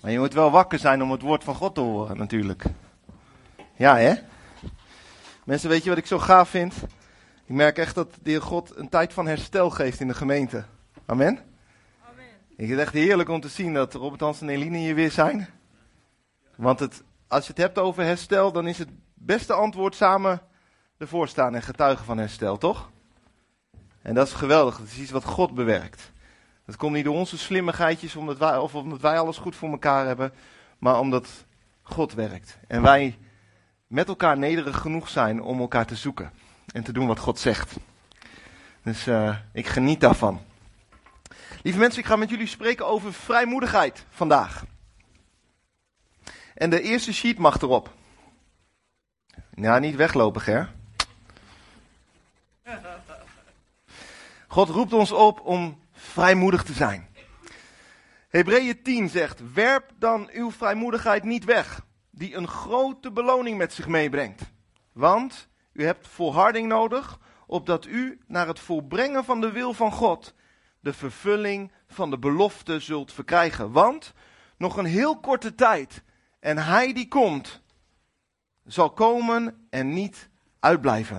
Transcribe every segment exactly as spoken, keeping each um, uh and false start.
Maar je moet wel wakker zijn om het woord van God te horen natuurlijk. Ja, hè? Mensen, weet je wat ik zo gaaf vind? Ik merk echt dat de Heer God een tijd van herstel geeft in de gemeente. Amen? Amen. Ik vind het echt heerlijk om te zien dat Robert Hans en Eline hier weer zijn. Want het, als je het hebt over herstel, dan is het beste antwoord samen ervoor staan en getuigen van herstel, toch? En dat is geweldig. Dat is iets wat God bewerkt. Dat komt niet door onze slimmigheidjes omdat wij, of omdat wij alles goed voor elkaar hebben, maar omdat God werkt. En wij met elkaar nederig genoeg zijn om elkaar te zoeken en te doen wat God zegt. Dus uh, ik geniet daarvan. Lieve mensen, ik ga met jullie spreken over vrijmoedigheid vandaag. En de eerste sheet mag erop. Ja, niet weglopen, Ger. God roept ons op om vrijmoedig te zijn. Hebreeën tien zegt, werp dan uw vrijmoedigheid niet weg, die een grote beloning met zich meebrengt. Want u hebt volharding nodig, opdat u naar het volbrengen van de wil van God de vervulling van de belofte zult verkrijgen. Want nog een heel korte tijd en hij die komt, zal komen en niet uitblijven.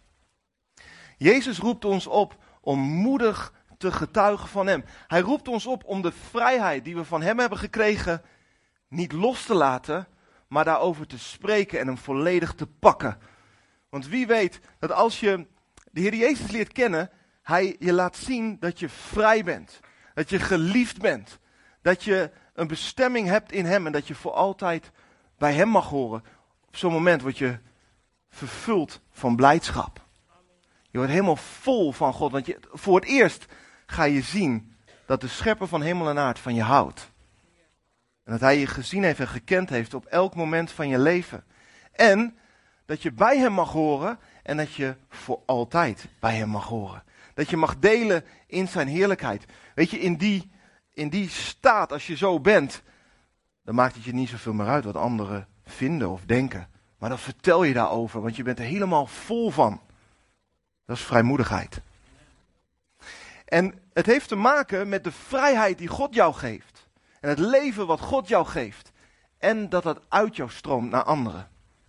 Jezus roept ons op om moedig te getuigen van hem. Hij roept ons op om de vrijheid die we van hem hebben gekregen niet los te laten, maar daarover te spreken en hem volledig te pakken. Want wie weet dat als je de Heer Jezus leert kennen, hij je laat zien dat je vrij bent. Dat je geliefd bent. Dat je een bestemming hebt in hem en dat je voor altijd bij hem mag horen. Op zo'n moment word je vervuld van blijdschap. Je wordt helemaal vol van God, want je, voor het eerst ga je zien dat de schepper van hemel en aarde van je houdt. En dat hij je gezien heeft en gekend heeft op elk moment van je leven. En dat je bij hem mag horen en dat je voor altijd bij hem mag horen. Dat je mag delen in zijn heerlijkheid. Weet je, in die, in die staat, als je zo bent, dan maakt het je niet zoveel meer uit wat anderen vinden of denken. Maar dan vertel je daarover, want je bent er helemaal vol van. Dat is vrijmoedigheid. En het heeft te maken met de vrijheid die God jou geeft. En het leven wat God jou geeft. En dat dat uit jou stroomt naar anderen.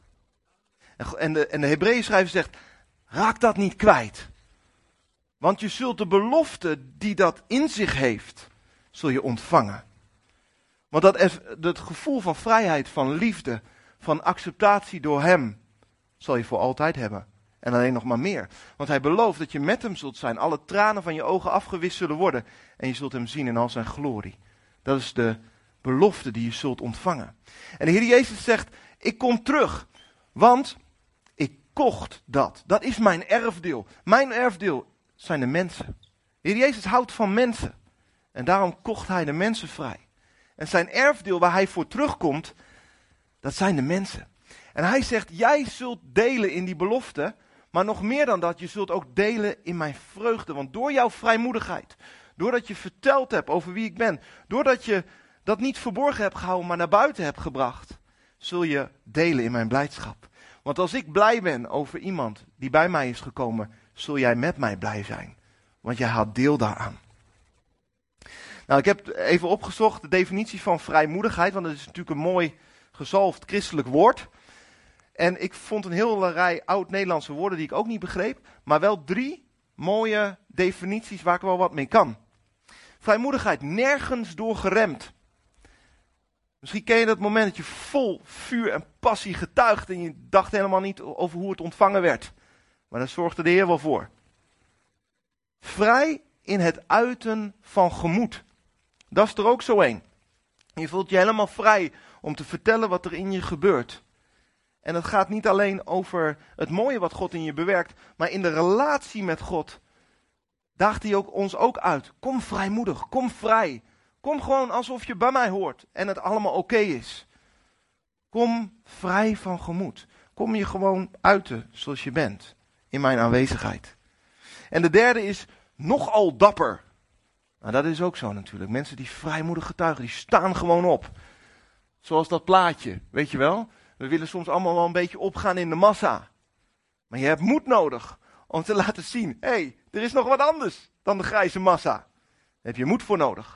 En de, en de Hebreeën schrijver zegt, raak dat niet kwijt. Want je zult de belofte die dat in zich heeft, zul je ontvangen. Want dat, dat gevoel van vrijheid, van liefde, van acceptatie door hem, zal je voor altijd hebben. En alleen nog maar meer. Want hij belooft dat je met hem zult zijn. Alle tranen van je ogen afgewist zullen worden. En je zult hem zien in al zijn glorie. Dat is de belofte die je zult ontvangen. En de Heer Jezus zegt, ik kom terug. Want ik kocht dat. Dat is mijn erfdeel. Mijn erfdeel zijn de mensen. De Heer Jezus houdt van mensen. En daarom kocht hij de mensen vrij. En zijn erfdeel waar hij voor terugkomt, dat zijn de mensen. En hij zegt, jij zult delen in die belofte. Maar nog meer dan dat, je zult ook delen in mijn vreugde. Want door jouw vrijmoedigheid, doordat je verteld hebt over wie ik ben, doordat je dat niet verborgen hebt gehouden, maar naar buiten hebt gebracht, zul je delen in mijn blijdschap. Want als ik blij ben over iemand die bij mij is gekomen, zul jij met mij blij zijn. Want jij had deel daaraan. Nou, ik heb even opgezocht de definitie van vrijmoedigheid, want dat is natuurlijk een mooi gezalfd christelijk woord. En ik vond een hele rij oud-Nederlandse woorden die ik ook niet begreep, maar wel drie mooie definities waar ik wel wat mee kan. Vrijmoedigheid, nergens door geremd. Misschien ken je dat moment dat je vol vuur en passie getuigt en je dacht helemaal niet over hoe het ontvangen werd. Maar daar zorgde de Heer wel voor. Vrij in het uiten van gemoed. Dat is er ook zo een. Je voelt je helemaal vrij om te vertellen wat er in je gebeurt. En het gaat niet alleen over het mooie wat God in je bewerkt, maar in de relatie met God daagt hij ook, ons ook uit. Kom vrijmoedig, kom vrij. Kom gewoon alsof je bij mij hoort en het allemaal oké is. Kom vrij van gemoed. Kom je gewoon uiten zoals je bent, in mijn aanwezigheid. En de derde is nogal dapper. Nou, dat is ook zo natuurlijk. Mensen die vrijmoedig getuigen, die staan gewoon op. Zoals dat plaatje, weet je wel? We willen soms allemaal wel een beetje opgaan in de massa. Maar je hebt moed nodig om te laten zien, hé, hey, er is nog wat anders dan de grijze massa. Daar heb je moed voor nodig.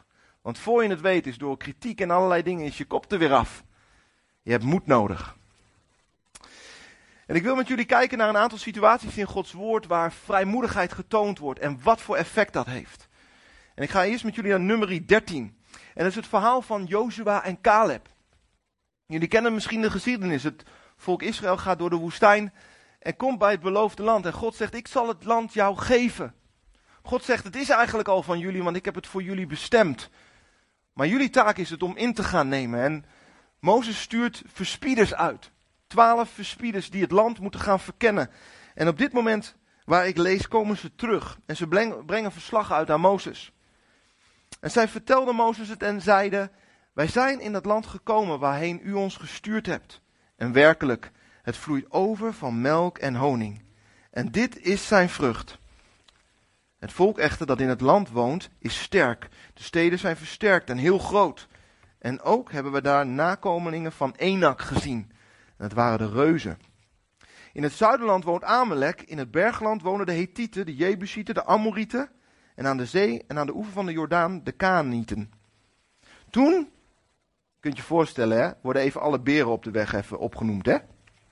Want voor je het weet is door kritiek en allerlei dingen is je kop er weer af. Je hebt moed nodig. En ik wil met jullie kijken naar een aantal situaties in Gods woord waar vrijmoedigheid getoond wordt en wat voor effect dat heeft. En ik ga eerst met jullie naar Numeri dertien. En dat is het verhaal van Jozua en Caleb. Jullie kennen misschien de geschiedenis. Het volk Israël gaat door de woestijn en komt bij het beloofde land. En God zegt, ik zal het land jou geven. God zegt, het is eigenlijk al van jullie, want ik heb het voor jullie bestemd. Maar jullie taak is het om in te gaan nemen. En Mozes stuurt verspieders uit. Twaalf verspieders die het land moeten gaan verkennen. En op dit moment waar ik lees, komen ze terug. En ze brengen verslag uit aan Mozes. En zij vertelden Mozes het en zeiden, wij zijn in het land gekomen waarheen u ons gestuurd hebt. En werkelijk, het vloeit over van melk en honing. En dit is zijn vrucht. Het volk echter dat in het land woont, is sterk. De steden zijn versterkt en heel groot. En ook hebben we daar nakomelingen van Enak gezien. En dat waren de reuzen. In het zuiderland woont Amalek, in het bergland wonen de Hethieten, de Jebusieten, de Amorieten. En aan de zee en aan de oever van de Jordaan de Kanaanieten. Toen, kunt je je voorstellen, hè, worden even alle beren op de weg even opgenoemd, hè?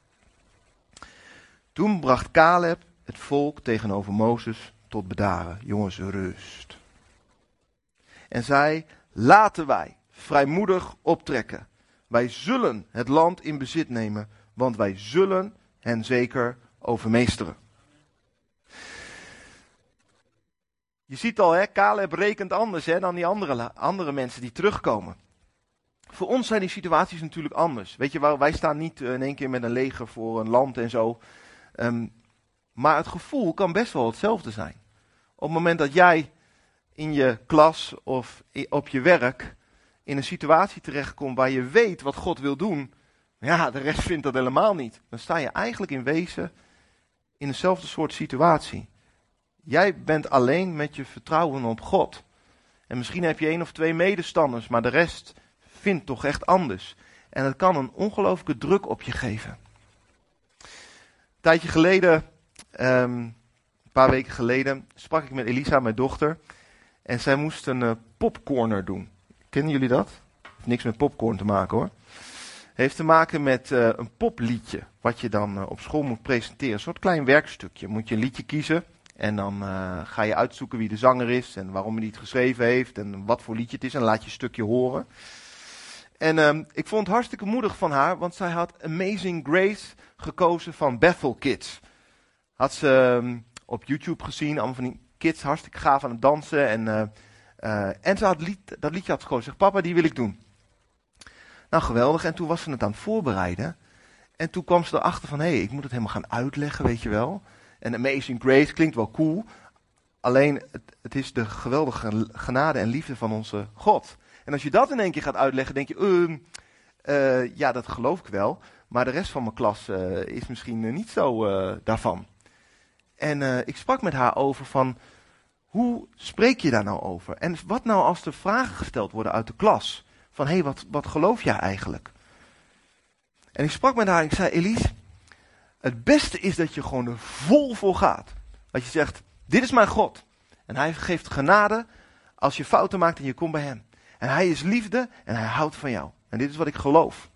Toen bracht Caleb het volk tegenover Mozes tot bedaren. Jongens, rust. En zei, laten wij vrijmoedig optrekken. Wij zullen het land in bezit nemen, want wij zullen hen zeker overmeesteren. Je ziet al, hè, Caleb rekent anders hè, dan die andere, andere mensen die terugkomen. Voor ons zijn die situaties natuurlijk anders. Weet je wel, wij staan niet in één keer met een leger voor een land en zo. Um, maar het gevoel kan best wel hetzelfde zijn. Op het moment dat jij in je klas of op je werk in een situatie terechtkomt waar je weet wat God wil doen. Ja, de rest vindt dat helemaal niet. Dan sta je eigenlijk in wezen in eenzelfde soort situatie. Jij bent alleen met je vertrouwen op God. En misschien heb je één of twee medestanders, maar de rest vindt toch echt anders. En het kan een ongelooflijke druk op je geven. Een tijdje geleden, um, een paar weken geleden, sprak ik met Elisa, mijn dochter. En zij moest een uh, popcorner doen. Kennen jullie dat? Heeft niks met popcorn te maken hoor. Heeft te maken met uh, een popliedje. Wat je dan uh, op school moet presenteren. Een soort klein werkstukje. Moet je een liedje kiezen. En dan uh, ga je uitzoeken wie de zanger is. En waarom hij het geschreven heeft. En wat voor liedje het is. En laat je een stukje horen. En um, ik vond het hartstikke moedig van haar. Want zij had Amazing Grace gekozen van Bethel Kids. Had ze um, op YouTube gezien. Allemaal van die kids hartstikke gaaf aan het dansen. En, uh, uh, en ze had lied, dat liedje had gekozen. Zegt, papa, die wil ik doen. Nou, geweldig. En toen was ze het aan het voorbereiden. En toen kwam ze erachter van, hé, hey, ik moet het helemaal gaan uitleggen, weet je wel. En Amazing Grace klinkt wel cool. Alleen, het, het is de geweldige genade en liefde van onze God. En als je dat in één keer gaat uitleggen, denk je, uh, uh, ja, dat geloof ik wel. Maar de rest van mijn klas uh, is misschien uh, niet zo uh, daarvan. En uh, ik sprak met haar over van, hoe spreek je daar nou over? En wat nou als er vragen gesteld worden uit de klas? Van, hé, hey, wat, wat geloof jij eigenlijk? En ik sprak met haar en ik zei, Elise, het beste is dat je gewoon er vol voor gaat. Dat je zegt, dit is mijn God. En hij geeft genade als je fouten maakt en je komt bij hem. En hij is liefde en hij houdt van jou. En dit is wat ik geloof.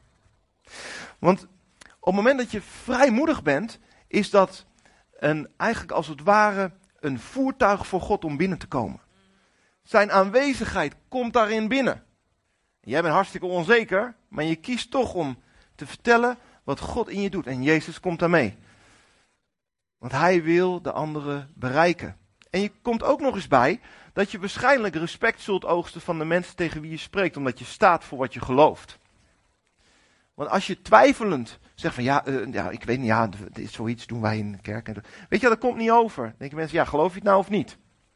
Want op het moment dat je vrijmoedig bent, is dat een, eigenlijk als het ware een voertuig voor God om binnen te komen. Zijn aanwezigheid komt daarin binnen. Jij bent hartstikke onzeker, maar je kiest toch om te vertellen wat God in je doet. En Jezus komt daarmee. Want hij wil de anderen bereiken. En je komt ook nog eens bij dat je waarschijnlijk respect zult oogsten van de mensen tegen wie je spreekt. Omdat je staat voor wat je gelooft. Want als je twijfelend zegt van ja, uh, ja ik weet niet, ja, dit is zoiets doen wij in de kerk. Weet je, dat komt niet over. Dan denken mensen, ja, geloof je het nou of niet?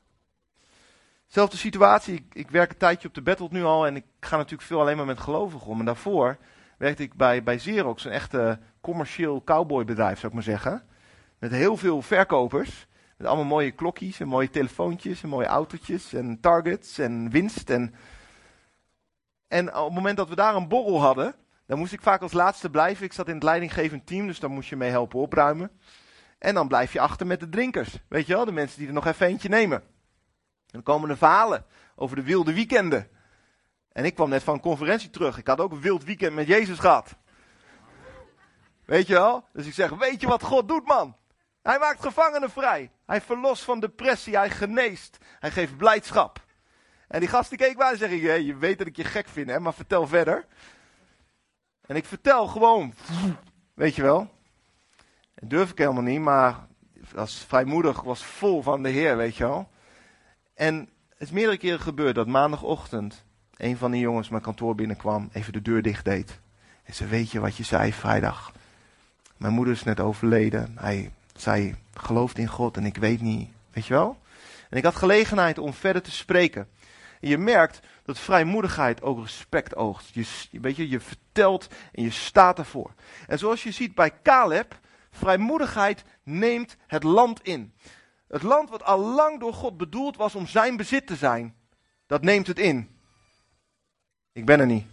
Zelfde situatie, ik, ik werk een tijdje op de Battle nu al en ik ga natuurlijk veel alleen maar met gelovigen om. En daarvoor werkte ik bij, bij Xerox, een echte commercieel cowboybedrijf zou ik maar zeggen. Met heel veel verkopers, met allemaal mooie klokjes en mooie telefoontjes en mooie autootjes en targets en winst. En, en op het moment dat we daar een borrel hadden, dan moest ik vaak als laatste blijven. Ik zat in het leidinggevend team, dus dan moest je mee helpen opruimen. En dan blijf je achter met de drinkers, weet je wel, de mensen die er nog even eentje nemen. Dan komen er verhalen over de wilde weekenden. En ik kwam net van een conferentie terug. Ik had ook een wild weekend met Jezus gehad. Weet je wel? Dus ik zeg, weet je wat God doet, man? Hij maakt gevangenen vrij. Hij verlost van depressie. Hij geneest. Hij geeft blijdschap. En die gast die keek mij en zeg ik, hey, je weet dat ik je gek vind, hè? Maar vertel verder. En ik vertel gewoon, weet je wel. Dat durf ik helemaal niet, maar als vrijmoedig was vol van de Heer, weet je wel. En het is meerdere keren gebeurd dat maandagochtend een van die jongens mijn kantoor binnenkwam, even de deur dicht deed. En zei, weet je wat je zei vrijdag? Mijn moeder is net overleden. Hij zei, gelooft in God en ik weet niet, weet je wel. En ik had gelegenheid om verder te spreken. En je merkt dat vrijmoedigheid ook respect oogst. Je, weet je, je vertelt en je staat ervoor. En zoals je ziet bij Caleb, vrijmoedigheid neemt het land in. Het land wat al lang door God bedoeld was om zijn bezit te zijn, dat neemt het in. Ik ben er niet.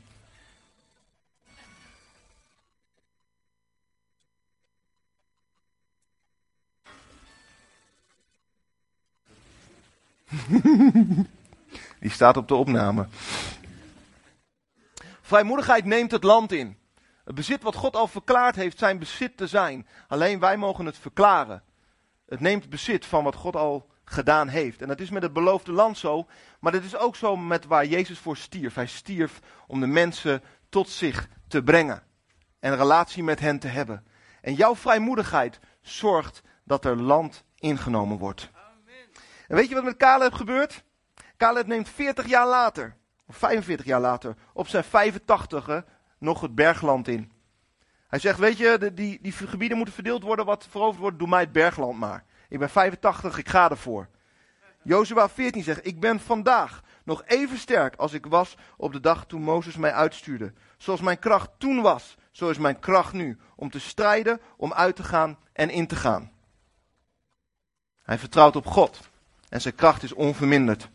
Die staat op de opname. Vrijmoedigheid neemt het land in. Het bezit wat God al verklaard heeft zijn bezit te zijn. Alleen wij mogen het verklaren. Het neemt bezit van wat God al gedaan heeft. En dat is met het beloofde land zo. Maar dat is ook zo met waar Jezus voor stierf. Hij stierf om de mensen tot zich te brengen. En een relatie met hen te hebben. En jouw vrijmoedigheid zorgt dat er land ingenomen wordt. En weet je wat met Caleb gebeurt? Caleb neemt veertig jaar later, of vijfenveertig jaar later, op zijn vijfentachtige nog het bergland in. Hij zegt, weet je, de, die, die gebieden moeten verdeeld worden, wat veroverd wordt, doe mij het bergland maar. Ik ben vijfentachtig, ik ga ervoor. Jozua veertien zegt, ik ben vandaag nog even sterk als ik was op de dag toen Mozes mij uitstuurde. Zoals mijn kracht toen was, zo is mijn kracht nu, om te strijden, om uit te gaan en in te gaan. Hij vertrouwt op God en zijn kracht is onverminderd.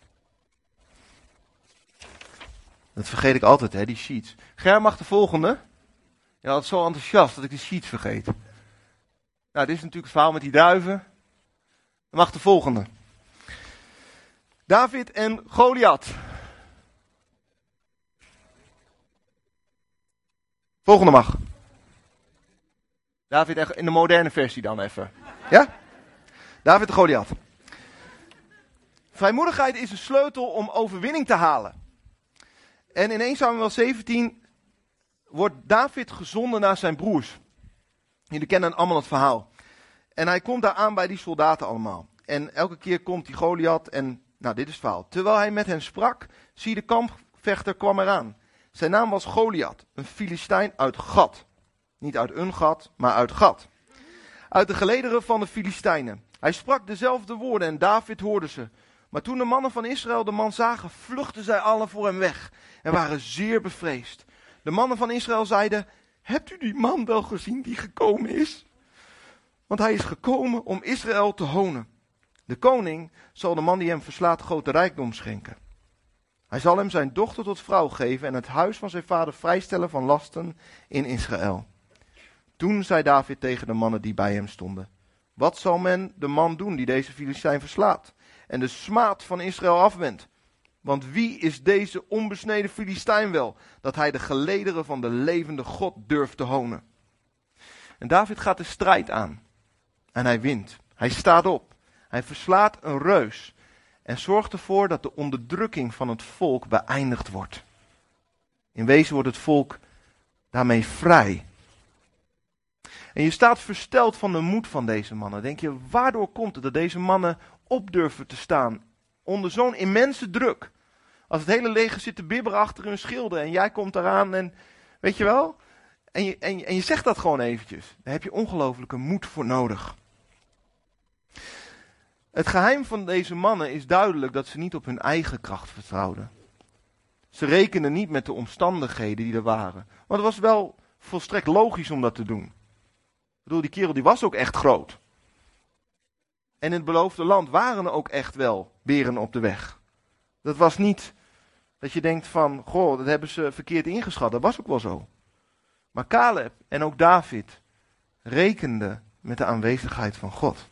Dat vergeet ik altijd, hè, die sheets. Ger, mag de volgende? Je was zo enthousiast dat ik de sheets vergeet. Nou, dit is natuurlijk het verhaal met die duiven. Dan mag de volgende. David en Goliath. Volgende mag. David in de moderne versie dan even. Ja? David en Goliath. Vrijmoedigheid is een sleutel om overwinning te halen. En in Eerste Samuel zeventien wordt David gezonden naar zijn broers. Jullie kennen allemaal het verhaal. En hij komt daar aan bij die soldaten allemaal. En elke keer komt die Goliath en, nou dit is het verhaal. Terwijl hij met hen sprak, zie de kampvechter kwam eraan. Zijn naam was Goliath, een Filistijn uit Gat. Niet uit een gat, maar uit Gat. Uit de gelederen van de Filistijnen. Hij sprak dezelfde woorden en David hoorde ze. Maar toen de mannen van Israël de man zagen, vluchtten zij allen voor hem weg en waren zeer bevreesd. De mannen van Israël zeiden, hebt u die man wel gezien die gekomen is? Want hij is gekomen om Israël te honen. De koning zal de man die hem verslaat grote rijkdom schenken. Hij zal hem zijn dochter tot vrouw geven en het huis van zijn vader vrijstellen van lasten in Israël. Toen zei David tegen de mannen die bij hem stonden, wat zal men de man doen die deze Filistijn verslaat en de smaad van Israël afwendt? Want wie is deze onbesneden Filistijn wel, dat hij de gelederen van de levende God durft te honen? En David gaat de strijd aan. En hij wint. Hij staat op. Hij verslaat een reus. En zorgt ervoor dat de onderdrukking van het volk beëindigd wordt. In wezen wordt het volk daarmee vrij. En je staat versteld van de moed van deze mannen. Denk je, waardoor komt het dat deze mannen op durven te staan onder zo'n immense druk? Als het hele leger zit te bibberen achter hun schilden en jij komt eraan en, weet je wel? En je, en, je, en je zegt dat gewoon eventjes. Daar heb je ongelooflijke moed voor nodig. Het geheim van deze mannen is duidelijk dat ze niet op hun eigen kracht vertrouwden. Ze rekenden niet met de omstandigheden die er waren. Want het was wel volstrekt logisch om dat te doen. Ik bedoel, die kerel die was ook echt groot. En in het beloofde land waren er ook echt wel beren op de weg. Dat was niet dat je denkt van, goh, dat hebben ze verkeerd ingeschat. Dat was ook wel zo. Maar Caleb en ook David rekenden met de aanwezigheid van God.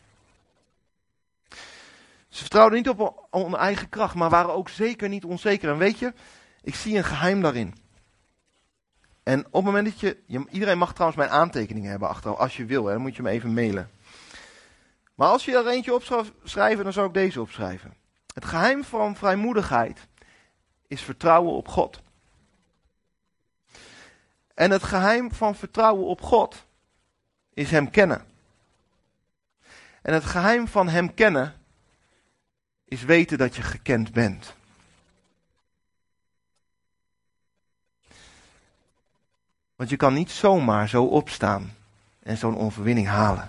Ze vertrouwden niet op hun eigen kracht, maar waren ook zeker niet onzeker. En weet je, Ik zie een geheim daarin. En op het moment dat je, je iedereen mag trouwens mijn aantekeningen hebben achteraf, als je wil, hè, dan moet je me even mailen. Maar als je er eentje op zou schrijven, dan zou ik deze opschrijven. Het geheim van vrijmoedigheid is vertrouwen op God. En het geheim van vertrouwen op God is hem kennen. En het geheim van hem kennen is weten dat je gekend bent. Want je kan niet zomaar zo opstaan en zo'n overwinning halen.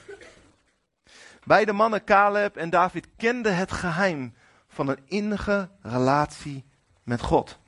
Beide mannen, Caleb en David, kenden het geheim van een innige relatie met God.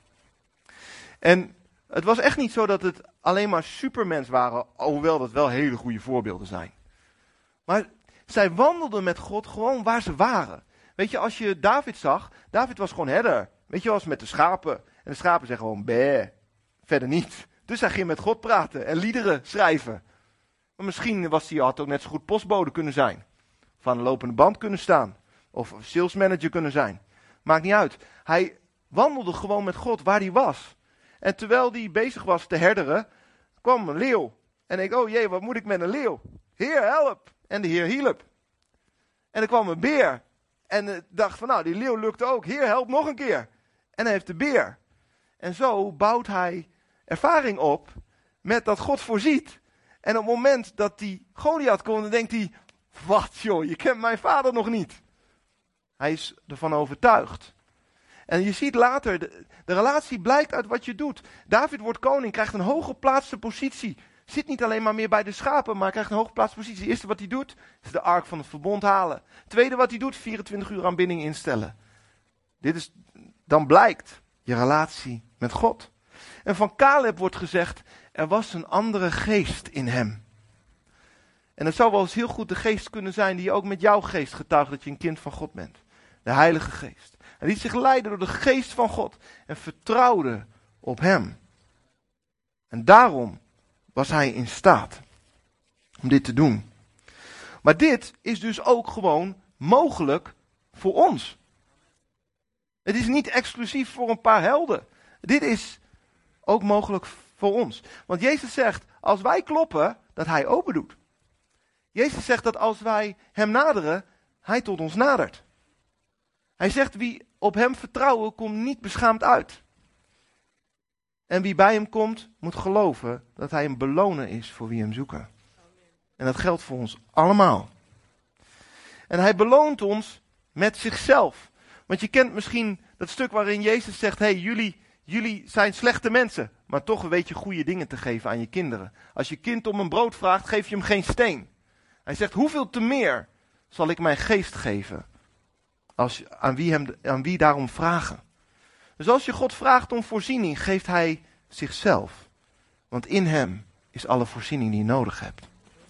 En het was echt niet zo dat het alleen maar supermens waren, alhoewel dat wel hele goede voorbeelden zijn. Maar zij wandelden met God gewoon waar ze waren. Weet je, als je David zag, David was gewoon herder. Weet je, was met de schapen. En de schapen zeggen gewoon, beh, verder niet. Dus hij ging met God praten en liederen schrijven. Maar misschien was hij, had ook net zo goed postbode kunnen zijn. Of aan de lopende band kunnen staan. Of salesmanager kunnen zijn. Maakt niet uit. Hij wandelde gewoon met God waar hij was. En terwijl hij bezig was te herderen, kwam een leeuw. En ik, oh jee, wat moet ik met een leeuw? Heer, help! En de Heer hielp. En er kwam een beer. En uh, dacht van, nou, die leeuw lukte ook. Heer, help nog een keer. En hij heeft de beer. En zo bouwt hij ervaring op met dat God voorziet. En op het moment dat die Goliath komt, dan denkt hij, wat joh, je kent mijn vader nog niet. Hij is ervan overtuigd. En je ziet later, de, de relatie blijkt uit wat je doet. David wordt koning, krijgt een hooggeplaatste positie. Zit niet alleen maar meer bij de schapen, maar krijgt een hooggeplaatste positie. Het eerste wat hij doet, is de ark van het verbond halen. Het tweede wat hij doet, vierentwintig uur aanbidding instellen. Dit is, dan blijkt je relatie met God. En van Caleb wordt gezegd, er was een andere geest in hem. En het zou wel eens heel goed de geest kunnen zijn die ook met jouw geest getuigt dat je een kind van God bent. De Heilige Geest. Hij liet zich leiden door de geest van God en vertrouwde op hem. En daarom was hij in staat om dit te doen. Maar dit is dus ook gewoon mogelijk voor ons. Het is niet exclusief voor een paar helden. Dit is ook mogelijk voor ons. Want Jezus zegt, als wij kloppen, dat hij open doet. Jezus zegt dat als wij hem naderen, hij tot ons nadert. Hij zegt, wie op hem vertrouwen, komt niet beschaamd uit. En wie bij hem komt, moet geloven dat hij een beloner is voor wie hem zoeken. En dat geldt voor ons allemaal. En hij beloont ons met zichzelf. Want je kent misschien dat stuk waarin Jezus zegt, hé, hey, jullie, jullie zijn slechte mensen, maar toch weet je goede dingen te geven aan je kinderen. Als je kind om een brood vraagt, geef je hem geen steen. Hij zegt, hoeveel te meer zal ik mijn geest geven als, aan, wie hem, aan wie daarom vragen. Dus als je God vraagt om voorziening, geeft hij zichzelf. Want in hem is alle voorziening die je nodig hebt.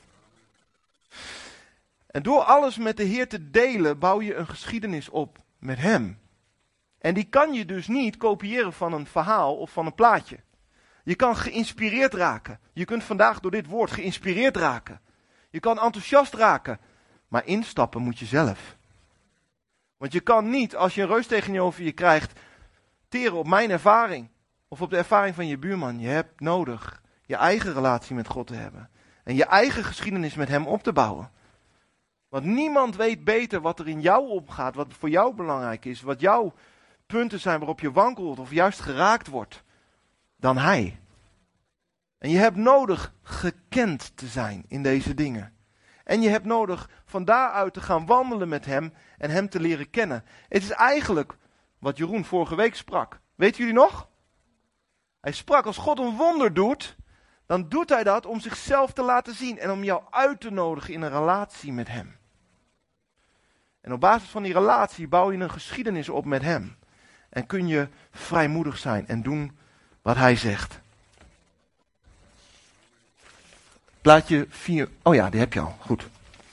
En door alles met de Heer te delen, bouw je een geschiedenis op met hem. En die kan je dus niet kopiëren van een verhaal of van een plaatje. Je kan geïnspireerd raken. Je kunt vandaag door dit woord geïnspireerd raken. Je kan enthousiast raken. Maar instappen moet je zelf. Want je kan niet, als je een reus tegen je over je krijgt, teren op mijn ervaring. Of op de ervaring van je buurman. Je hebt nodig je eigen relatie met God te hebben. En je eigen geschiedenis met hem op te bouwen. Want niemand weet beter wat er in jou omgaat. Wat voor jou belangrijk is. Wat jouw punten zijn waarop je wankelt of juist geraakt wordt. Dan hij. En je hebt nodig gekend te zijn in deze dingen. En je hebt nodig van daaruit te gaan wandelen met hem en hem te leren kennen. Het is eigenlijk wat Jeroen vorige week sprak. Weet jullie nog? Hij sprak, als God een wonder doet, dan doet hij dat om zichzelf te laten zien en om jou uit te nodigen in een relatie met hem. En op basis van die relatie bouw je een geschiedenis op met hem. En kun je vrijmoedig zijn en doen wat hij zegt. Plaatje vier. Oh ja, die heb je al. Goed.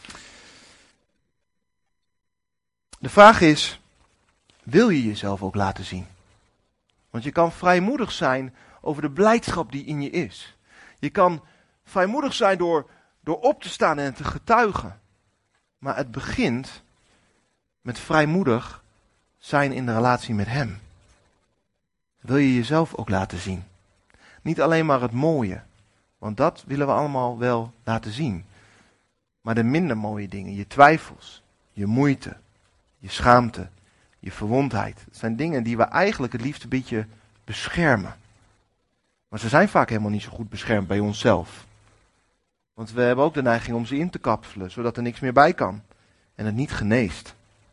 De vraag is, wil je jezelf ook laten zien? Want je kan vrijmoedig zijn over de blijdschap die in je is. Je kan vrijmoedig zijn door, door op te staan en te getuigen. Maar het begint met vrijmoedig zijn in de relatie met hem. wil je jezelf ook laten zien. Niet alleen maar het mooie, want dat willen we allemaal wel laten zien. Maar de minder mooie dingen, je twijfels, je moeite, je schaamte, je verwondheid. Dat zijn dingen die we eigenlijk het liefst een beetje beschermen. Maar ze zijn vaak helemaal niet zo goed beschermd bij onszelf. Want we hebben ook de neiging om ze in te kapselen, zodat er niks meer bij kan. En het niet geneest.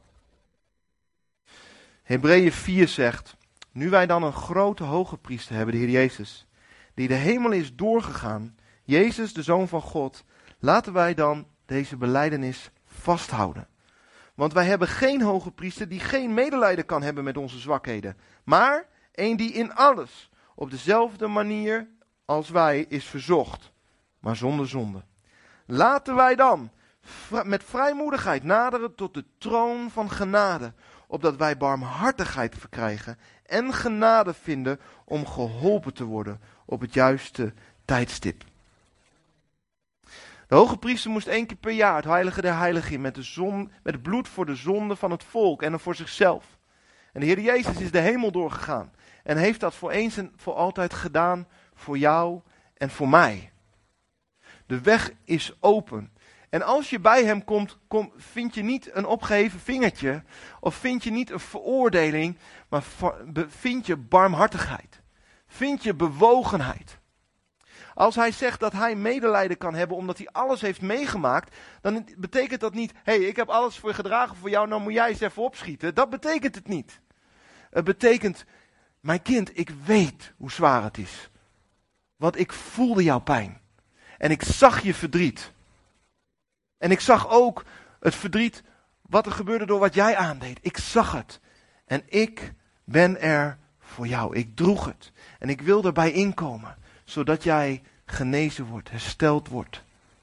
Hebreeën vier zegt, nu wij dan een grote hoge priester hebben, de Heer Jezus, die de hemel is doorgegaan, Jezus, de Zoon van God, laten wij dan deze belijdenis vasthouden. Want wij hebben geen hoge priester die geen medelijden kan hebben met onze zwakheden, maar een die in alles op dezelfde manier als wij is verzocht, maar zonder zonde. Laten wij dan met vrijmoedigheid naderen tot de troon van genade, opdat wij barmhartigheid verkrijgen en genade vinden om geholpen te worden op het juiste tijdstip. De hoge priester moest één keer per jaar het heilige der heiligen met, de zon, met het bloed voor de zonde van het volk en voor zichzelf. En de Heer Jezus is de hemel doorgegaan en heeft dat voor eens en voor altijd gedaan voor jou en voor mij. De weg is open. En als je bij hem komt, kom, vind je niet een opgeheven vingertje of vind je niet een veroordeling, maar vind je barmhartigheid. Vind je bewogenheid. Als hij zegt dat hij medelijden kan hebben omdat hij alles heeft meegemaakt, dan betekent dat niet, hé, hey, ik heb alles voor je gedragen voor jou, nou moet jij eens even opschieten. Dat betekent het niet. Het betekent, mijn kind, ik weet hoe zwaar het is. Want ik voelde jouw pijn. En ik zag je verdriet. En ik zag ook het verdriet wat er gebeurde door wat jij aandeed. Ik zag het. En ik ben er voor jou. Ik droeg het. En ik wil erbij inkomen. Zodat jij genezen wordt, hersteld wordt.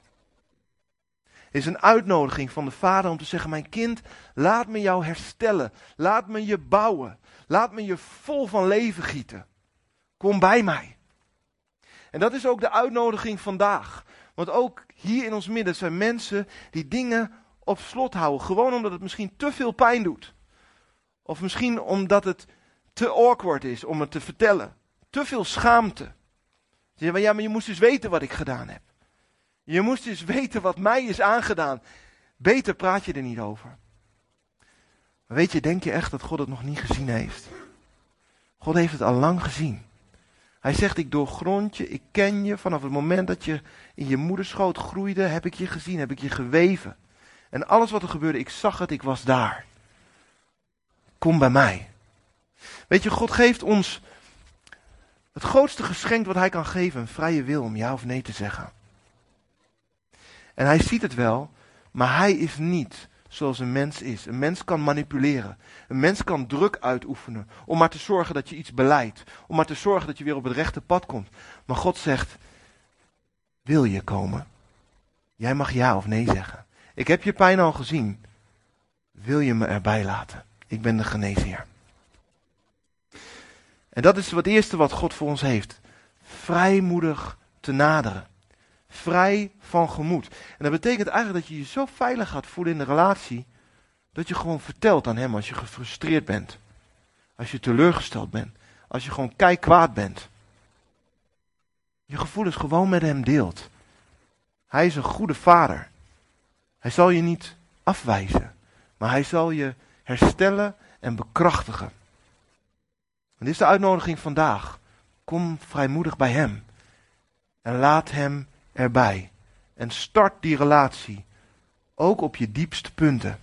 Het is een uitnodiging van de Vader om te zeggen, mijn kind, laat me jou herstellen. Laat me je bouwen. Laat me je vol van leven gieten. Kom bij mij. En dat is ook de uitnodiging vandaag. Want ook hier in ons midden zijn mensen die dingen op slot houden. Gewoon omdat het misschien te veel pijn doet. Of misschien omdat het te awkward is om het te vertellen. Te veel schaamte. Ze zeggen, ja, maar je moest dus weten wat ik gedaan heb. Je moest dus weten wat mij is aangedaan. Beter praat je er niet over. Maar weet je, denk je echt dat God het nog niet gezien heeft? God heeft het al lang gezien. Hij zegt, ik doorgrond je, ik ken je. Vanaf het moment dat je in je moederschoot groeide, heb ik je gezien, heb ik je geweven. En alles wat er gebeurde, ik zag het, ik was daar. Kom bij mij. Weet je, God geeft ons het grootste geschenk wat hij kan geven, een vrije wil om ja of nee te zeggen. En hij ziet het wel, maar hij is niet zoals een mens is. Een mens kan manipuleren. Een mens kan druk uitoefenen om maar te zorgen dat je iets beleidt. Om maar te zorgen dat je weer op het rechte pad komt. Maar God zegt, wil je komen? Jij mag ja of nee zeggen. Ik heb je pijn al gezien. Wil je me erbij laten? Ik ben de geneesheer. En dat is het eerste wat God voor ons heeft. Vrijmoedig te naderen. Vrij van gemoed. En dat betekent eigenlijk dat je je zo veilig gaat voelen in de relatie, dat je gewoon vertelt aan hem als je gefrustreerd bent. Als je teleurgesteld bent. Als je gewoon keikwaad bent. Je gevoelens gewoon met hem deelt. Hij is een goede vader. Hij zal je niet afwijzen. Maar hij zal je herstellen en bekrachtigen. En dit is de uitnodiging vandaag. Kom vrijmoedig bij hem. En laat hem erbij. En start die relatie. Ook op je diepste punten.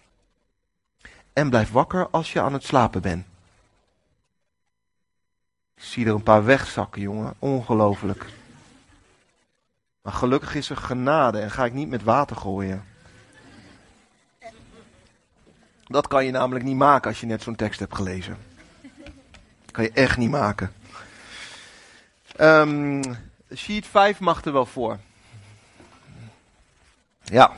En blijf wakker als je aan het slapen bent. Ik zie er een paar wegzakken, jongen. Ongelooflijk. Maar gelukkig is er genade en ga ik niet met water gooien. Dat kan je namelijk niet maken als je net zo'n tekst hebt gelezen. Dat kan je echt niet maken. Um, sheet vijf mag er wel voor. Ja.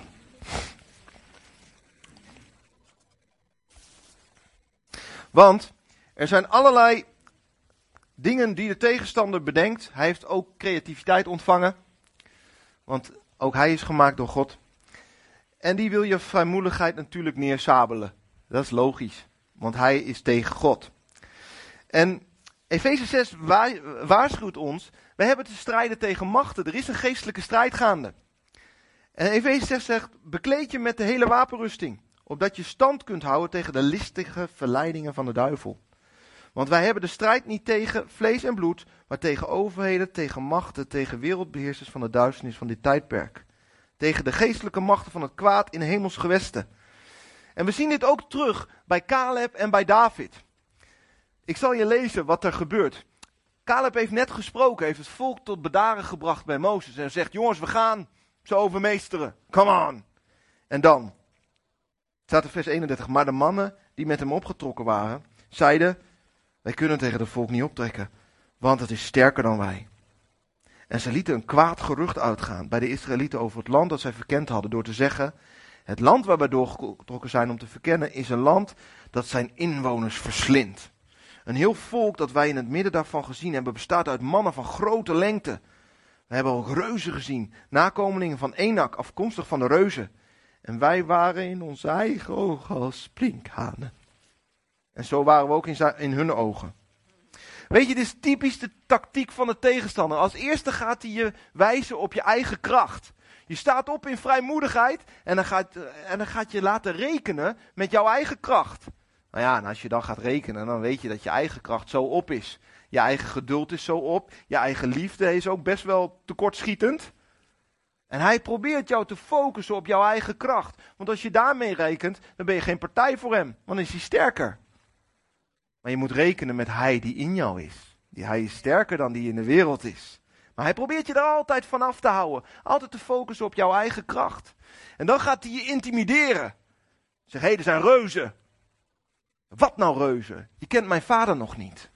Want er zijn allerlei dingen die de tegenstander bedenkt. Hij heeft ook creativiteit ontvangen. Want ook hij is gemaakt door God. En die wil je vrijmoedigheid natuurlijk neersabelen. Dat is logisch. Want hij is tegen God. En Efeze zes wa- waarschuwt ons, wij hebben te strijden tegen machten. Er is een geestelijke strijd gaande. En Efeze zes zegt, bekleed je met de hele wapenrusting, opdat je stand kunt houden tegen de listige verleidingen van de duivel. Want wij hebben de strijd niet tegen vlees en bloed, maar tegen overheden, tegen machten, tegen wereldbeheersers van de duisternis van dit tijdperk. Tegen de geestelijke machten van het kwaad in hemels gewesten. En we zien dit ook terug bij Caleb en bij David. Ik zal je lezen wat er gebeurt. Caleb heeft net gesproken, heeft het volk tot bedaren gebracht bij Mozes. En zegt, jongens, we gaan ze overmeesteren. Come on. En dan, staat er vers eenendertig, maar de mannen die met hem opgetrokken waren, zeiden, wij kunnen tegen het volk niet optrekken, want het is sterker dan wij. En ze lieten een kwaad gerucht uitgaan bij de Israëlieten over het land dat zij verkend hadden, door te zeggen, het land waar wij doorgetrokken zijn om te verkennen, is een land dat zijn inwoners verslindt. Een heel volk dat wij in het midden daarvan gezien hebben, bestaat uit mannen van grote lengte. We hebben ook reuzen gezien, nakomelingen van Enak, afkomstig van de reuzen. En wij waren in onze eigen ogen als sprinkhanen. En zo waren we ook in, zijn, in hun ogen. Weet je, dit is typisch de tactiek van de tegenstander. Als eerste gaat hij je wijzen op je eigen kracht. Je staat op in vrijmoedigheid en dan gaat, en dan gaat je laten rekenen met jouw eigen kracht. Nou ja, en als je dan gaat rekenen, dan weet je dat je eigen kracht zo op is. Je eigen geduld is zo op. Je eigen liefde is ook best wel tekortschietend. En hij probeert jou te focussen op jouw eigen kracht. Want als je daarmee rekent, dan ben je geen partij voor hem. Want dan is hij sterker. Maar je moet rekenen met hij die in jou is. Die hij is sterker dan die in de wereld is. Maar hij probeert je er altijd van af te houden. Altijd te focussen op jouw eigen kracht. En dan gaat hij je intimideren. Zeg, hé, hey, er zijn reuzen. Wat nou reuzen? Je kent mijn vader nog niet.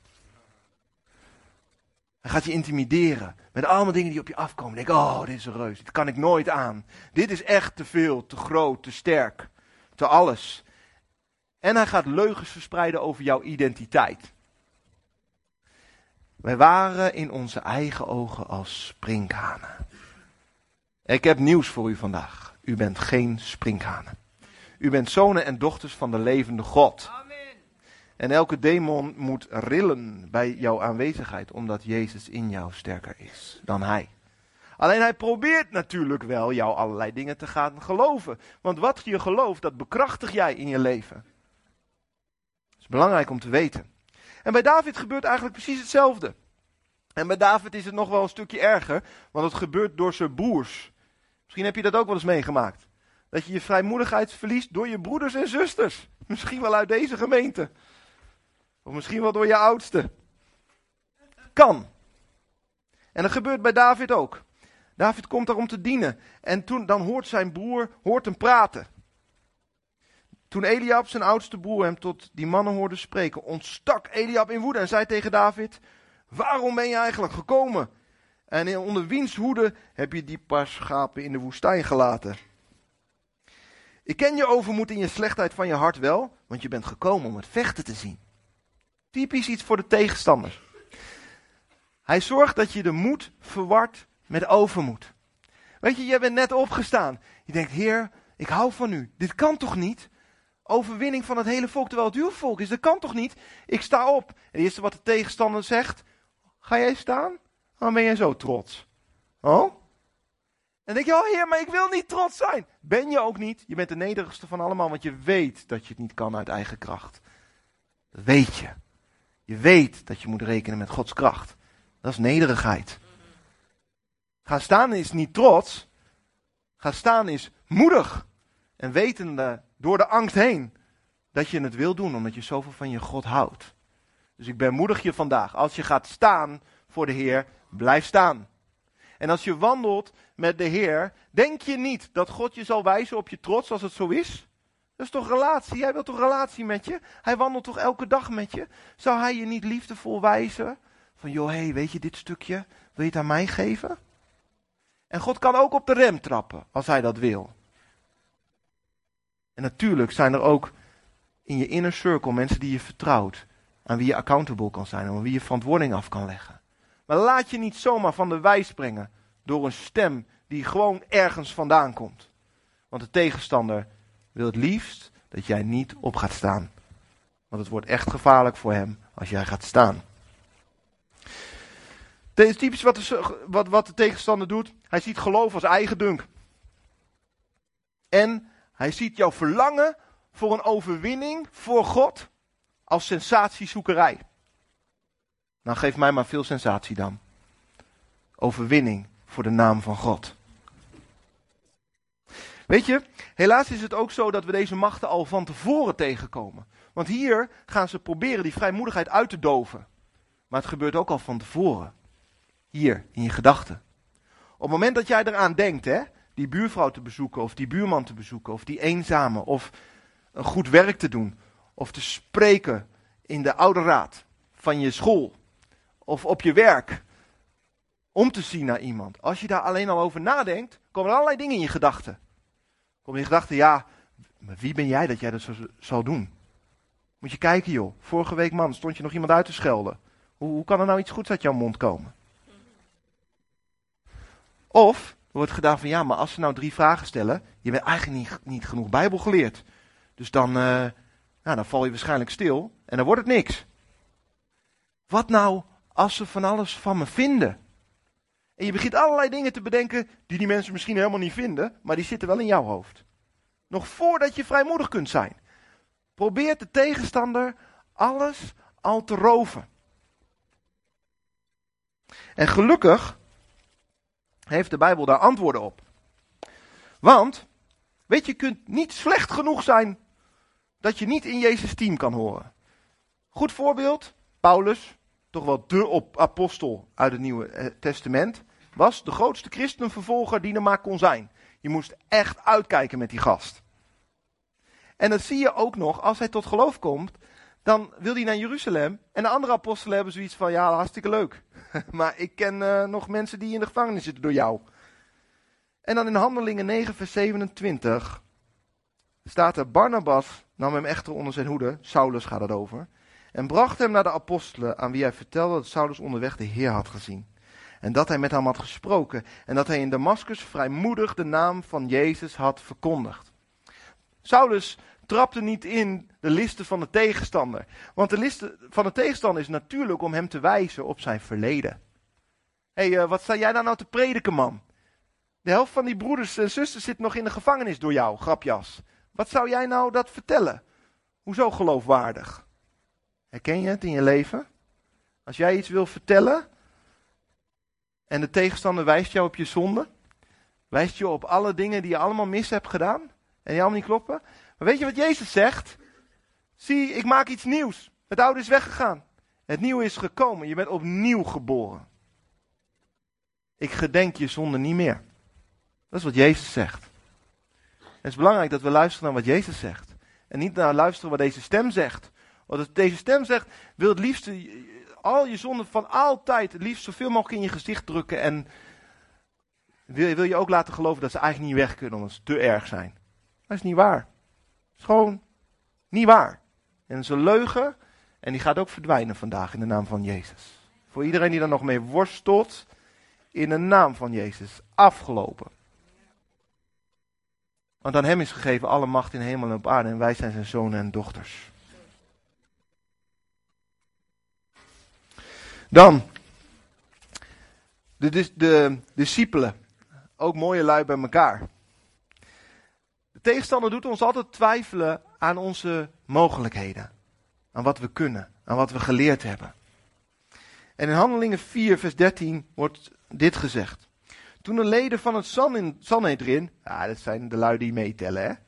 Hij gaat je intimideren. Met allemaal dingen die op je afkomen. Denk, oh, dit is een reus. Dit kan ik nooit aan. Dit is echt te veel, te groot, te sterk. Te alles. En hij gaat leugens verspreiden over jouw identiteit. Wij waren in onze eigen ogen als sprinkhanen. Ik heb nieuws voor u vandaag. U bent geen sprinkhanen. U bent zonen en dochters van de levende God. Amen. En elke demon moet rillen bij jouw aanwezigheid, omdat Jezus in jou sterker is dan hij. Alleen hij probeert natuurlijk wel jou allerlei dingen te gaan geloven. Want wat je gelooft, dat bekrachtig jij in je leven. Dat is belangrijk om te weten. En bij David gebeurt eigenlijk precies hetzelfde. En bij David is het nog wel een stukje erger, want het gebeurt door zijn broers. Misschien heb je dat ook wel eens meegemaakt. Dat je je vrijmoedigheid verliest door je broeders en zusters. Misschien wel uit deze gemeente. Of misschien wel door je oudste. Kan. En dat gebeurt bij David ook. David komt daar om te dienen. En toen, dan hoort zijn broer hoort hem praten. Toen Eliab, zijn oudste broer, hem tot die mannen hoorde spreken, ontstak Eliab in woede en zei tegen David, waarom ben je eigenlijk gekomen? En onder wiens hoede heb je die paar schapen in de woestijn gelaten? Ik ken je overmoed en je slechtheid van je hart wel, want je bent gekomen om het vechten te zien. Typisch iets voor de tegenstander. Hij zorgt dat je de moed verwart met overmoed. Weet je, jij bent net opgestaan. Je denkt, Heer, ik hou van u. Dit kan toch niet? Overwinning van het hele volk, terwijl het uw volk is. Dat kan toch niet? Ik sta op. En het eerste wat de tegenstander zegt, ga jij staan? Dan ben jij zo trots. Oh? En dan denk je, oh Heer, maar ik wil niet trots zijn. Ben je ook niet. Je bent de nederigste van allemaal, want je weet dat je het niet kan uit eigen kracht. Dat weet je. Je weet dat je moet rekenen met Gods kracht. Dat is nederigheid. Gaan staan is niet trots. Gaan staan is moedig. En wetende door de angst heen dat je het wil doen, omdat je zoveel van je God houdt. Dus ik bemoedig je vandaag. Als je gaat staan voor de Heer, blijf staan. En als je wandelt met de Heer, denk je niet dat God je zal wijzen op je trots als het zo is? Dat is toch relatie? Hij wil toch relatie met je? Hij wandelt toch elke dag met je? Zou hij je niet liefdevol wijzen? Van joh, hé, hey, weet je dit stukje? Wil je het aan mij geven? En God kan ook op de rem trappen, als hij dat wil. En natuurlijk zijn er ook in je inner circle mensen die je vertrouwt. Aan wie je accountable kan zijn, aan wie je verantwoording af kan leggen. Maar laat je niet zomaar van de wijs brengen door een stem die gewoon ergens vandaan komt. Want de tegenstander wil het liefst dat jij niet op gaat staan. Want het wordt echt gevaarlijk voor hem als jij gaat staan. Het is typisch wat de, wat, wat de tegenstander doet. Hij ziet geloof als eigendunk. En hij ziet jouw verlangen voor een overwinning voor God als sensatiezoekerij. Nou, geef mij maar veel sensatie dan. Overwinning voor de naam van God. Weet je, helaas is het ook zo dat we deze machten al van tevoren tegenkomen. Want hier gaan ze proberen die vrijmoedigheid uit te doven. Maar het gebeurt ook al van tevoren. Hier, in je gedachten. Op het moment dat jij eraan denkt, hè, die buurvrouw te bezoeken, of die buurman te bezoeken, of die eenzame, of een goed werk te doen, of te spreken in de ouderraad van je school, of op je werk, om te zien naar iemand. Als je daar alleen al over nadenkt, komen er allerlei dingen in je gedachten. Komen in je gedachten, ja, maar wie ben jij dat jij dat zo zal doen? Moet je kijken joh, vorige week man, stond je nog iemand uit te schelden. Hoe, hoe kan er nou iets goeds uit jouw mond komen? Of, er wordt gedaan van, ja, maar als ze nou drie vragen stellen, je bent eigenlijk niet, niet genoeg Bijbel geleerd. Dus dan, uh, nou, dan val je waarschijnlijk stil en dan wordt het niks. Wat nou als ze van alles van me vinden? En je begint allerlei dingen te bedenken die die mensen misschien helemaal niet vinden, maar die zitten wel in jouw hoofd. Nog voordat je vrijmoedig kunt zijn. Probeert de tegenstander alles al te roven. En gelukkig heeft de Bijbel daar antwoorden op. Want, weet je, je kunt niet slecht genoeg zijn dat je niet in Jezus' team kan horen. Goed voorbeeld, Paulus, toch wel de apostel uit het Nieuwe Testament, was de grootste christenvervolger die er maar kon zijn. Je moest echt uitkijken met die gast. En dat zie je ook nog, als hij tot geloof komt, dan wil hij naar Jeruzalem. En de andere apostelen hebben zoiets van, ja, hartstikke leuk. Maar ik ken uh, nog mensen die in de gevangenis zitten door jou. En dan in Handelingen negen vers zevenentwintig staat er, Barnabas nam hem echter onder zijn hoede, Saulus gaat het over, en bracht hem naar de apostelen, aan wie hij vertelde dat Saulus onderweg de Heer had gezien. En dat hij met hem had gesproken en dat hij in Damaskus vrijmoedig de naam van Jezus had verkondigd. Saulus trapte niet in de listen van de tegenstander. Want de listen van de tegenstander is natuurlijk om hem te wijzen op zijn verleden. Hé, hey, uh, wat sta jij daar nou te prediken, man? De helft van die broeders en zusters zit nog in de gevangenis door jou, grapjas. Wat zou jij nou dat vertellen? Hoezo geloofwaardig? Herken je het in je leven? Als jij iets wil vertellen en de tegenstander wijst jou op je zonde, wijst je op alle dingen die je allemaal mis hebt gedaan en die allemaal niet kloppen. Maar weet je wat Jezus zegt? Zie, ik maak iets nieuws. Het oude is weggegaan. Het nieuwe is gekomen. Je bent opnieuw geboren. Ik gedenk je zonde niet meer. Dat is wat Jezus zegt. Het is belangrijk dat we luisteren naar wat Jezus zegt. En niet naar luisteren wat deze stem zegt. Want deze stem zegt, wil het liefst al je zonden van altijd het liefst zoveel mogelijk in je gezicht drukken. En wil, wil je ook laten geloven dat ze eigenlijk niet weg kunnen omdat ze te erg zijn. Dat is niet waar. Het is gewoon niet waar. En het is een leugen en die gaat ook verdwijnen vandaag in de naam van Jezus. Voor iedereen die er nog mee worstelt, in de naam van Jezus. Afgelopen. Want aan hem is gegeven alle macht in hemel en op aarde en wij zijn zijn zonen en dochters. Dan, de, de, de discipelen, ook mooie lui bij elkaar. De tegenstander doet ons altijd twijfelen aan onze mogelijkheden. Aan wat we kunnen, aan wat we geleerd hebben. En in Handelingen vier vers dertien wordt dit gezegd. Toen de leden van het Sanhedrin, ja, dat zijn de lui die meetellen, hè,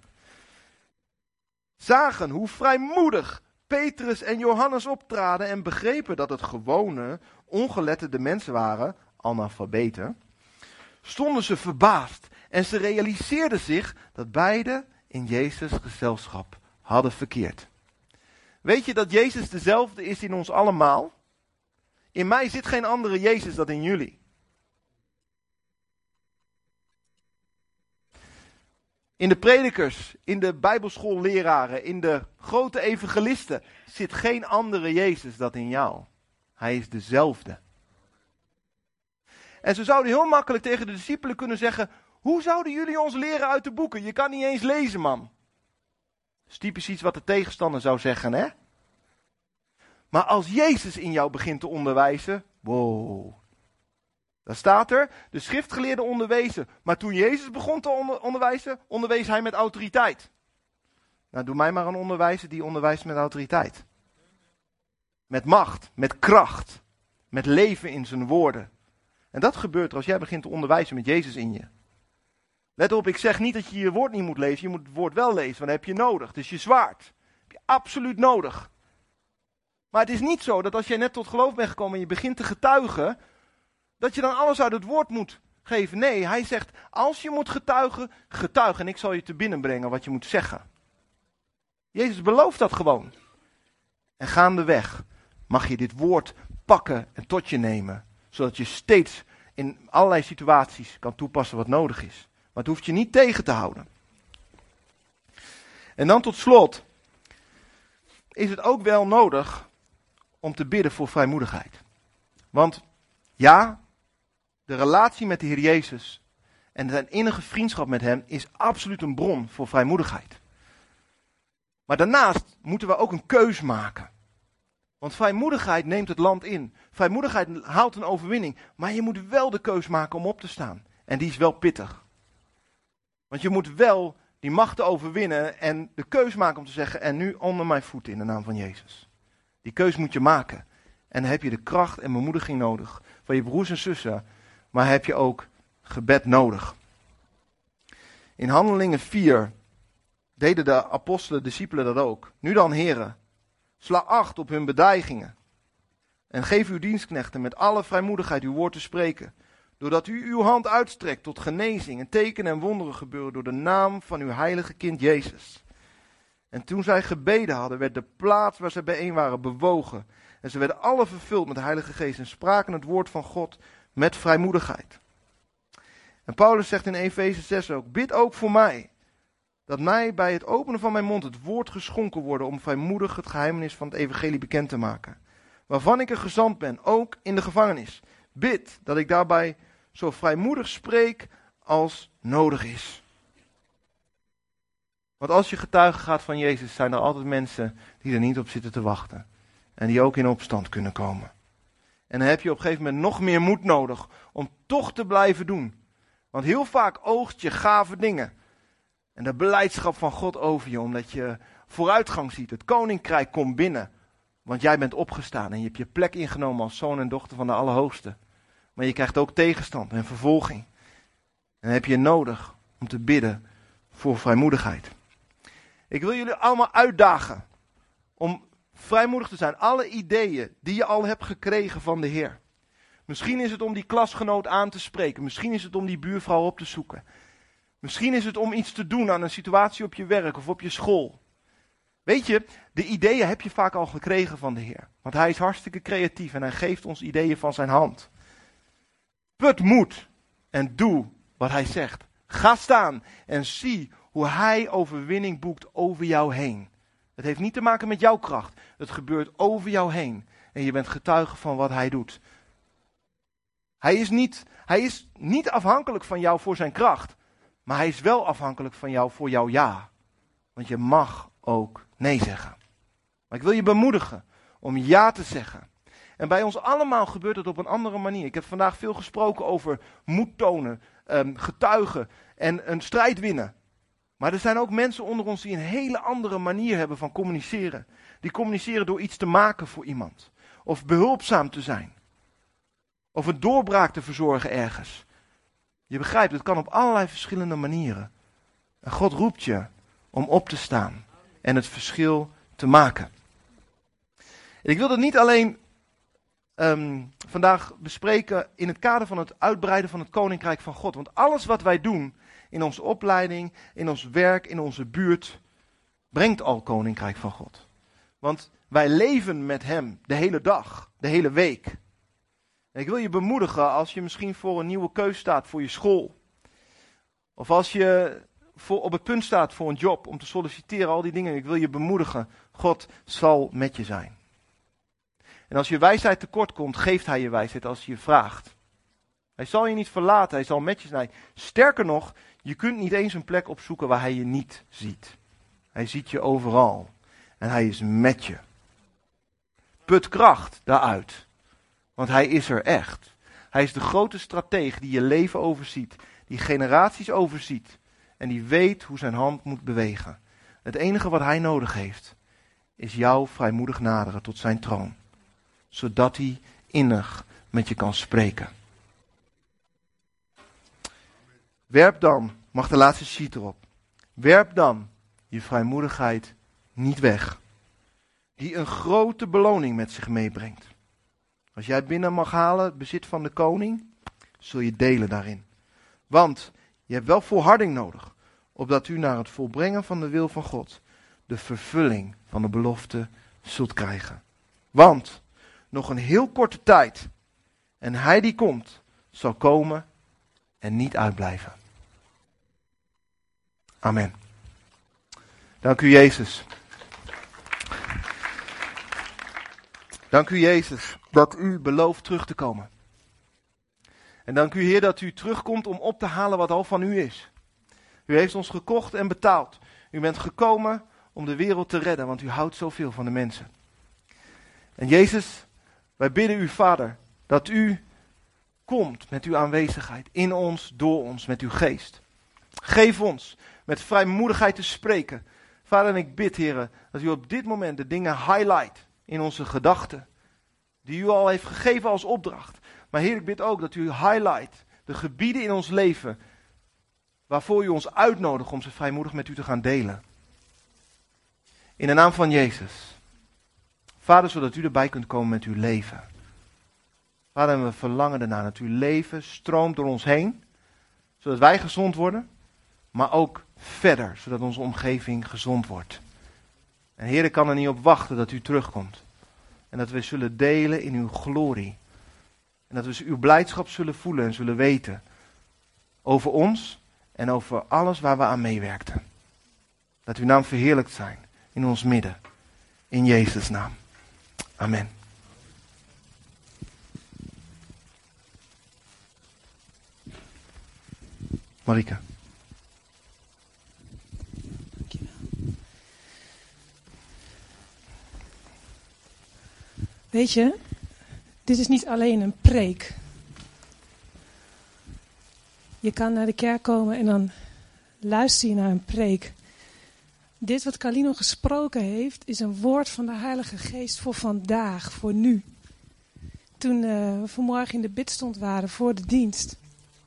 zagen hoe vrijmoedig Petrus en Johannes optraden en begrepen dat het gewone, ongeletterde mensen waren, analfabeten, stonden ze verbaasd en ze realiseerden zich dat beide in Jezus' gezelschap hadden verkeerd. Weet je dat Jezus dezelfde is in ons allemaal? In mij zit geen andere Jezus dan in jullie. In de predikers, in de bijbelschoolleraren, in de grote evangelisten zit geen andere Jezus dan in jou. Hij is dezelfde. En ze zouden heel makkelijk tegen de discipelen kunnen zeggen, hoe zouden jullie ons leren uit de boeken? Je kan niet eens lezen, man. Dat is typisch iets wat de tegenstander zou zeggen, hè? Maar als Jezus in jou begint te onderwijzen, wow, Daar staat er, de schriftgeleerden onderwezen. Maar toen Jezus begon te onder, onderwijzen, onderwees hij met autoriteit. Nou, doe mij maar een onderwijzer die onderwijst met autoriteit. Met macht, met kracht, met leven in zijn woorden. En dat gebeurt er als jij begint te onderwijzen met Jezus in je. Let op, ik zeg niet dat je je woord niet moet lezen, je moet het woord wel lezen, want dat heb je nodig. Dus je zwaard, dat heb je absoluut nodig. Maar het is niet zo dat als jij net tot geloof bent gekomen en je begint te getuigen, dat je dan alles uit het woord moet geven. Nee, hij zegt, als je moet getuigen, getuig en ik zal je te binnen brengen wat je moet zeggen. Jezus belooft dat gewoon. En gaandeweg mag je dit woord pakken en tot je nemen, zodat je steeds in allerlei situaties kan toepassen wat nodig is. Maar het hoeft je niet tegen te houden. En dan tot slot is het ook wel nodig om te bidden voor vrijmoedigheid. Want ja, de relatie met de Heer Jezus en zijn innige vriendschap met hem is absoluut een bron voor vrijmoedigheid. Maar daarnaast moeten we ook een keus maken. Want vrijmoedigheid neemt het land in. Vrijmoedigheid haalt een overwinning. Maar je moet wel de keus maken om op te staan. En die is wel pittig. Want je moet wel die machten overwinnen en de keus maken om te zeggen, en nu onder mijn voeten in de naam van Jezus. Die keus moet je maken. En dan heb je de kracht en bemoediging nodig van je broers en zussen. Maar heb je ook gebed nodig. In Handelingen vier deden de apostelen, discipelen dat ook. Nu dan, heren, sla acht op hun bedreigingen. En geef uw dienstknechten met alle vrijmoedigheid uw woord te spreken. Doordat u uw hand uitstrekt tot genezing en tekenen en wonderen gebeuren door de naam van uw heilige kind Jezus. En toen zij gebeden hadden, werd de plaats waar zij bijeen waren bewogen. En ze werden alle vervuld met de Heilige Geest en spraken het woord van God met vrijmoedigheid. En Paulus zegt in Efeze zes ook, bid ook voor mij, dat mij bij het openen van mijn mond het woord geschonken worden om vrijmoedig het geheimenis van het evangelie bekend te maken. Waarvan ik een gezant ben, ook in de gevangenis. Bid dat ik daarbij zo vrijmoedig spreek als nodig is. Want als je getuige gaat van Jezus, zijn er altijd mensen die er niet op zitten te wachten. En die ook in opstand kunnen komen. En dan heb je op een gegeven moment nog meer moed nodig om toch te blijven doen. Want heel vaak oogst je gave dingen. En de beleidschap van God over je, omdat je vooruitgang ziet. Het koninkrijk komt binnen. Want jij bent opgestaan en je hebt je plek ingenomen als zoon en dochter van de Allerhoogste. Maar je krijgt ook tegenstand en vervolging. En dan heb je nodig om te bidden voor vrijmoedigheid. Ik wil jullie allemaal uitdagen om vrijmoedig te zijn. Alle ideeën die je al hebt gekregen van de Heer. Misschien is het om die klasgenoot aan te spreken. Misschien is het om die buurvrouw op te zoeken. Misschien is het om iets te doen aan een situatie op je werk of op je school. Weet je, de ideeën heb je vaak al gekregen van de Heer. Want hij is hartstikke creatief en hij geeft ons ideeën van zijn hand. Put moed en doe wat hij zegt. Ga staan en zie hoe hij overwinning boekt over jou heen. Het heeft niet te maken met jouw kracht. Het gebeurt over jou heen. En je bent getuige van wat hij doet. Hij is niet, hij is niet afhankelijk van jou voor zijn kracht. Maar hij is wel afhankelijk van jou voor jouw ja. Want je mag ook nee zeggen. Maar ik wil je bemoedigen om ja te zeggen. En bij ons allemaal gebeurt het op een andere manier. Ik heb vandaag veel gesproken over moed tonen, um, getuigen en een strijd winnen. Maar er zijn ook mensen onder ons die een hele andere manier hebben van communiceren. Die communiceren door iets te maken voor iemand. Of behulpzaam te zijn. Of een doorbraak te verzorgen ergens. Je begrijpt, het kan op allerlei verschillende manieren. En God roept je om op te staan en het verschil te maken. En ik wil dat niet alleen um, vandaag bespreken in het kader van het uitbreiden van het Koninkrijk van God. Want alles wat wij doen in onze opleiding, in ons werk, in onze buurt, brengt al Koninkrijk van God. Want wij leven met hem de hele dag, de hele week. En ik wil je bemoedigen als je misschien voor een nieuwe keus staat voor je school. Of als je voor, op het punt staat voor een job om te solliciteren, al die dingen. Ik wil je bemoedigen, God zal met je zijn. En als je wijsheid tekort komt, geeft hij je wijsheid als je je vraagt. Hij zal je niet verlaten, hij zal met je zijn. Sterker nog, je kunt niet eens een plek opzoeken waar hij je niet ziet. Hij ziet je overal. En hij is met je. Put kracht daaruit. Want hij is er echt. Hij is de grote strateeg die je leven overziet, die generaties overziet en die weet hoe zijn hand moet bewegen. Het enige wat hij nodig heeft, is jou vrijmoedig naderen tot zijn troon, zodat hij innig met je kan spreken. Werp dan, mag de laatste sheet erop, werp dan je vrijmoedigheid niet weg, die een grote beloning met zich meebrengt. Als jij binnen mag halen het bezit van de koning, zul je delen daarin. Want je hebt wel volharding nodig, opdat u naar het volbrengen van de wil van God de vervulling van de belofte zult krijgen. Want nog een heel korte tijd en hij die komt, zal komen en niet uitblijven. Amen. Dank u Jezus. Dank u Jezus dat u belooft terug te komen. En dank u Heer dat u terugkomt om op te halen wat al van u is. U heeft ons gekocht en betaald. U bent gekomen om de wereld te redden, want u houdt zoveel van de mensen. En Jezus, wij bidden u Vader dat u komt met uw aanwezigheid in ons, door ons, met uw geest. Geef ons met vrijmoedigheid te spreken. Vader, en ik bid Heer dat u op dit moment de dingen highlight in onze gedachten, die u al heeft gegeven als opdracht. Maar Heer, ik bid ook dat u highlight de gebieden in ons leven waarvoor u ons uitnodigt om ze vrijmoedig met u te gaan delen. In de naam van Jezus. Vader, zodat u erbij kunt komen met uw leven. Vader, we verlangen ernaar dat uw leven stroomt door ons heen, zodat wij gezond worden, maar ook verder, zodat onze omgeving gezond wordt. En Heer, ik kan er niet op wachten dat u terugkomt. En dat we zullen delen in uw glorie. En dat we uw blijdschap zullen voelen en zullen weten over ons en over alles waar we aan meewerkten. Dat uw naam verheerlijkt zijn in ons midden. In Jezus' naam. Amen. Marike. Weet je, dit is niet alleen een preek. Je kan naar de kerk komen en dan luister je naar een preek. Dit wat Carlino gesproken heeft, is een woord van de Heilige Geest voor vandaag, voor nu. Toen uh, we vanmorgen in de bidstond waren voor de dienst,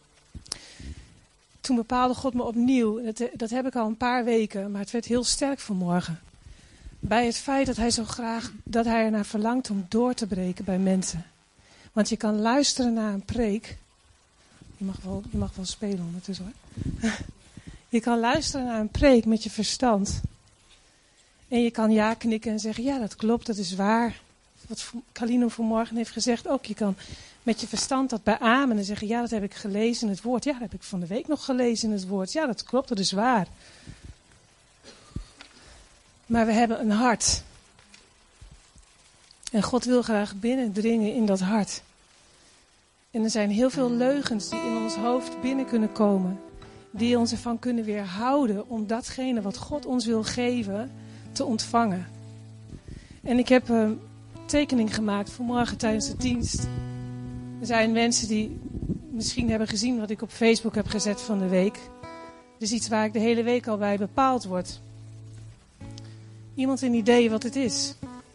toen bepaalde God me opnieuw, dat, dat heb ik al een paar weken, maar het werd heel sterk vanmorgen. Bij het feit dat hij zo graag, dat hij ernaar verlangt om door te breken bij mensen. Want je kan luisteren naar een preek. Je mag wel, je mag wel spelen ondertussen hoor. Je kan luisteren naar een preek met je verstand. En je kan ja knikken en zeggen, ja dat klopt, dat is waar. Wat Carlino vanmorgen heeft gezegd ook. Je kan met je verstand dat beamen en zeggen, ja dat heb ik gelezen in het woord. Ja dat heb ik van de week nog gelezen in het woord. Ja dat klopt, dat is waar. Maar we hebben een hart. En God wil graag binnendringen in dat hart. En er zijn heel veel leugens die in ons hoofd binnen kunnen komen. Die ons ervan kunnen weerhouden om datgene wat God ons wil geven te ontvangen. En ik heb een tekening gemaakt vanmorgen tijdens de dienst. Er zijn mensen die misschien hebben gezien wat ik op Facebook heb gezet van de week. Dus iets waar ik de hele week al bij bepaald word. Iemand een idee wat het is?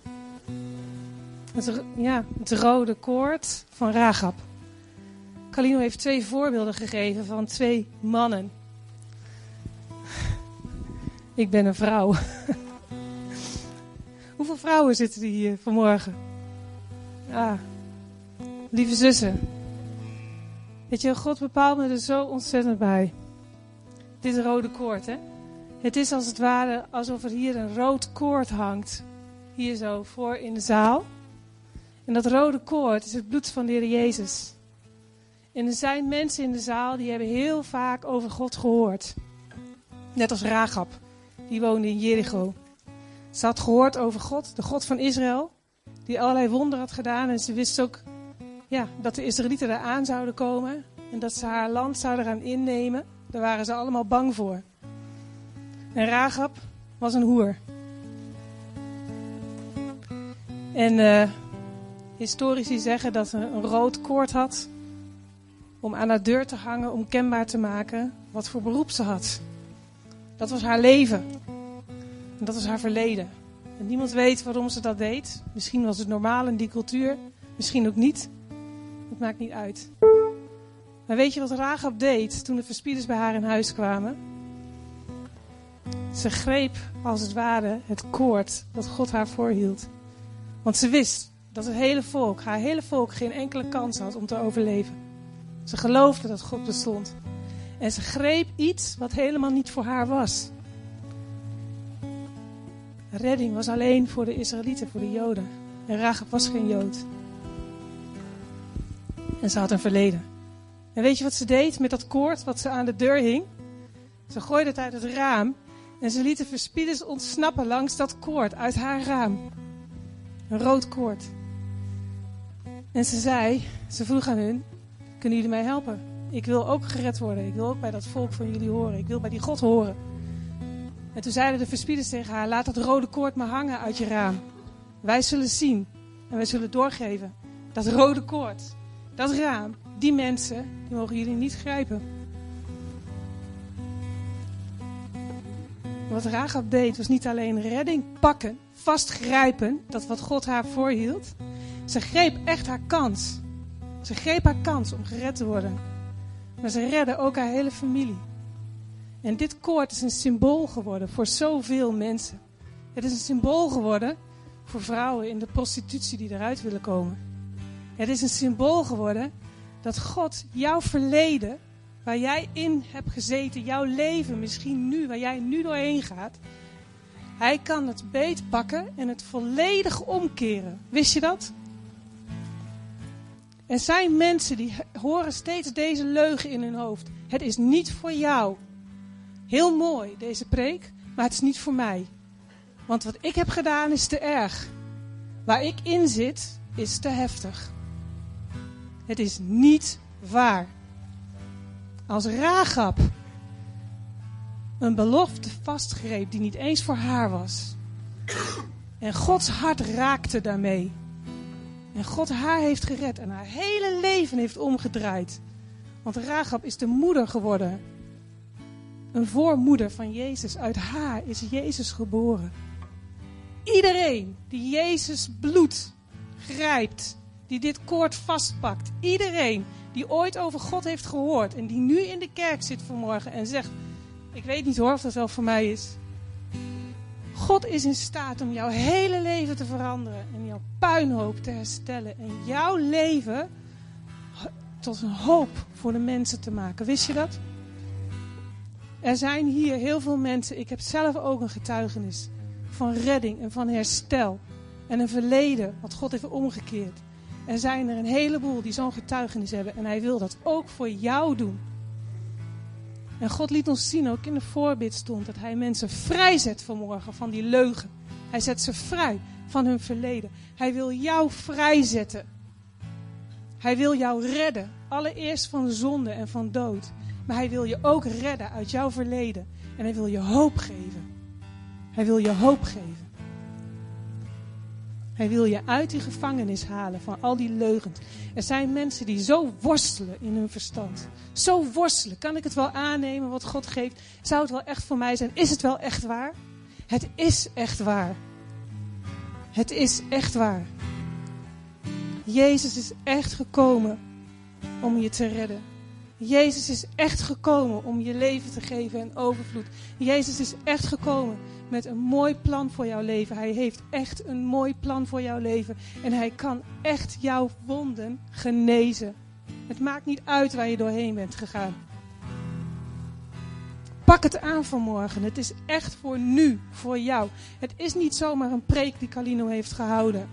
Het, ja, het rode koord van Rachab. Carlino heeft twee voorbeelden gegeven van twee mannen. Ik ben een vrouw. Hoeveel vrouwen zitten er hier vanmorgen? Ah, lieve zussen. Weet je, God bepaalt me er zo ontzettend bij. Dit rode koord, hè? Het is als het ware alsof er hier een rood koord hangt. Hier zo voor in de zaal. En dat rode koord is het bloed van de Heer Jezus. En er zijn mensen in de zaal die hebben heel vaak over God gehoord. Net als Rachab, die woonde in Jericho. Ze had gehoord over God, de God van Israël. Die allerlei wonderen had gedaan. En ze wist ook ja, dat de Israëlieten daar aan zouden komen. En dat ze haar land zouden gaan innemen. Daar waren ze allemaal bang voor. En Rachab was een hoer. En uh, historici zeggen dat ze een rood koord had om aan haar deur te hangen, om kenbaar te maken wat voor beroep ze had. Dat was haar leven. En dat was haar verleden. En niemand weet waarom ze dat deed. Misschien was het normaal in die cultuur, misschien ook niet. Het maakt niet uit. Maar weet je wat Rahab deed toen de verspieders bij haar in huis kwamen? Ze greep als het ware het koord dat God haar voorhield. Want ze wist dat het hele volk, haar hele volk, geen enkele kans had om te overleven. Ze geloofde dat God bestond. En ze greep iets wat helemaal niet voor haar was. Redding was alleen voor de Israëlieten, voor de Joden. En Rahab was geen Jood. En ze had een verleden. En weet je wat ze deed met dat koord wat ze aan de deur hing? Ze gooide het uit het raam en ze liet de verspieders ontsnappen langs dat koord uit haar raam. Een rood koord. En ze zei, ze vroeg aan hun, kunnen jullie mij helpen? Ik wil ook gered worden. Ik wil ook bij dat volk van jullie horen. Ik wil bij die God horen. En toen zeiden de verspieders tegen haar, laat dat rode koord maar hangen uit je raam. Wij zullen zien en wij zullen doorgeven. Dat rode koord, dat raam, die mensen, die mogen jullie niet grijpen. Wat Rahab deed was niet alleen redding pakken, vastgrijpen, dat wat God haar voorhield. Ze greep echt haar kans. Ze greep haar kans om gered te worden. Maar ze redde ook haar hele familie. En dit koord is een symbool geworden voor zoveel mensen. Het is een symbool geworden voor vrouwen in de prostitutie die eruit willen komen. Het is een symbool geworden dat God jouw verleden, waar jij in hebt gezeten, jouw leven misschien nu, waar jij nu doorheen gaat, hij kan het beetpakken en het volledig omkeren. Wist je dat? Er zijn mensen die horen steeds deze leugen in hun hoofd. Het is niet voor jou. Heel mooi, deze preek, maar het is niet voor mij. Want wat ik heb gedaan is te erg. Waar ik in zit, is te heftig. Het is niet waar. Als Rahab een belofte vastgreep die niet eens voor haar was. En Gods hart raakte daarmee. En God haar heeft gered en haar hele leven heeft omgedraaid. Want Rahab is de moeder geworden. Een voormoeder van Jezus. Uit haar is Jezus geboren. Iedereen die Jezus bloed grijpt, die dit koord vastpakt. Iedereen die ooit over God heeft gehoord en die nu in de kerk zit vanmorgen en zegt, ik weet niet hoor of dat wel voor mij is. God is in staat om jouw hele leven te veranderen en jouw puinhoop te herstellen en jouw leven tot een hoop voor de mensen te maken. Wist je dat? Er zijn hier heel veel mensen, ik heb zelf ook een getuigenis van redding en van herstel en een verleden wat God heeft omgekeerd. Er zijn er een heleboel die zo'n getuigenis hebben en hij wil dat ook voor jou doen. En God liet ons zien, ook in de voorbid stond, dat hij mensen vrijzet vanmorgen van die leugen. Hij zet ze vrij van hun verleden. Hij wil jou vrijzetten. Hij wil jou redden. Allereerst van zonde en van dood. Maar hij wil je ook redden uit jouw verleden. En hij wil je hoop geven. Hij wil je hoop geven. Hij wil je uit die gevangenis halen van al die leugens. Er zijn mensen die zo worstelen in hun verstand. Zo worstelen. Kan ik het wel aannemen wat God geeft? Zou het wel echt voor mij zijn? Is het wel echt waar? Het is echt waar. Het is echt waar. Jezus is echt gekomen om je te redden. Jezus is echt gekomen om je leven te geven en overvloed. Jezus is echt gekomen met een mooi plan voor jouw leven. Hij heeft echt een mooi plan voor jouw leven. En hij kan echt jouw wonden genezen. Het maakt niet uit waar je doorheen bent gegaan. Pak het aan vanmorgen. Het is echt voor nu, voor jou. Het is niet zomaar een preek die Carlino heeft gehouden.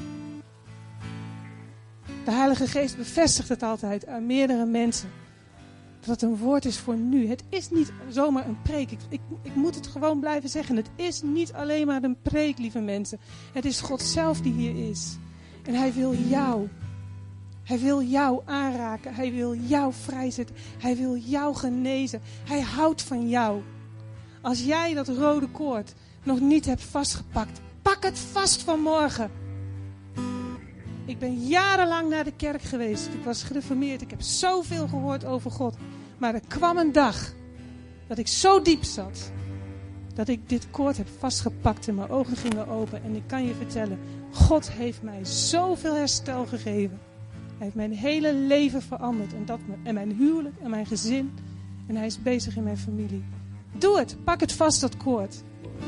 De Heilige Geest bevestigt het altijd aan meerdere mensen. Dat het een woord is voor nu. Het is niet zomaar een preek. Ik, ik, ik moet het gewoon blijven zeggen. Het is niet alleen maar een preek, lieve mensen. Het is God zelf die hier is. En hij wil jou. Hij wil jou aanraken. Hij wil jou vrijzetten. Hij wil jou genezen. Hij houdt van jou. Als jij dat rode koord nog niet hebt vastgepakt, pak het vast vanmorgen. Ik ben jarenlang naar de kerk geweest. Ik was gereformeerd. Ik heb zoveel gehoord over God. Maar er kwam een dag dat ik zo diep zat. Dat ik dit koord heb vastgepakt en mijn ogen gingen open. En ik kan je vertellen, God heeft mij zoveel herstel gegeven. Hij heeft mijn hele leven veranderd. En, dat, en mijn huwelijk en mijn gezin. En hij is bezig in mijn familie. Doe het. Pak het vast, dat koord.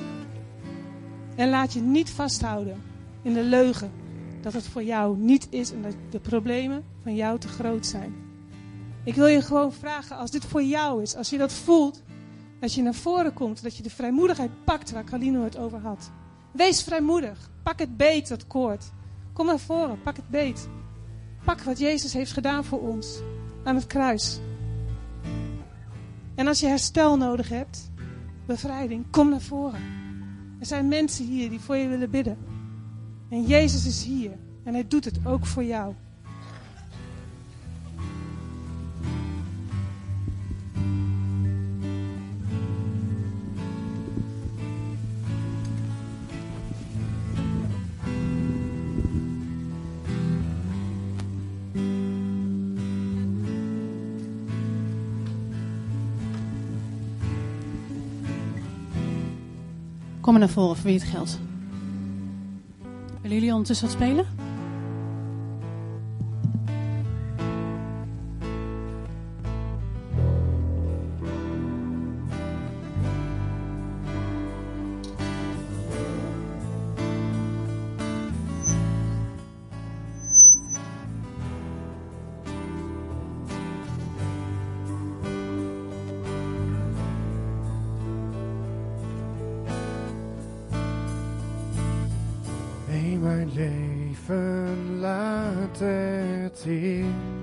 En laat je niet vasthouden in de leugen. Dat het voor jou niet is en dat de problemen van jou te groot zijn. Ik wil je gewoon vragen, als dit voor jou is, als je dat voelt, dat je naar voren komt, dat je de vrijmoedigheid pakt waar Carlino het over had. Wees vrijmoedig. Pak het beet, dat koord. Kom naar voren, pak het beet. Pak wat Jezus heeft gedaan voor ons aan het kruis. En als je herstel nodig hebt, bevrijding, kom naar voren. Er zijn mensen hier die voor je willen bidden. En Jezus is hier. En hij doet het ook voor jou. Kom maar naar voren voor wie het geldt. Willen jullie ondertussen wat spelen? Mijn leven laat het Heer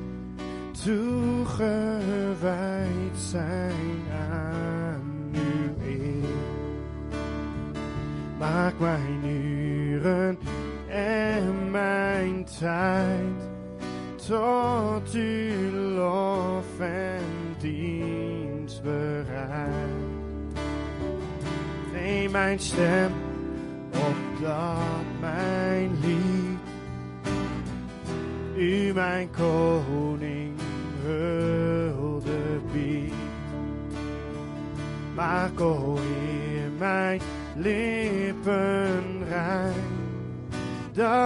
toegewijd zijn aan uw eer. Maak mijn uren en mijn tijd tot uw lof en dienst bereid. Neem mijn stem opdat mijn lied u mijn koning hulde biedt. Maak, o Heer, mijn lippen rein, dat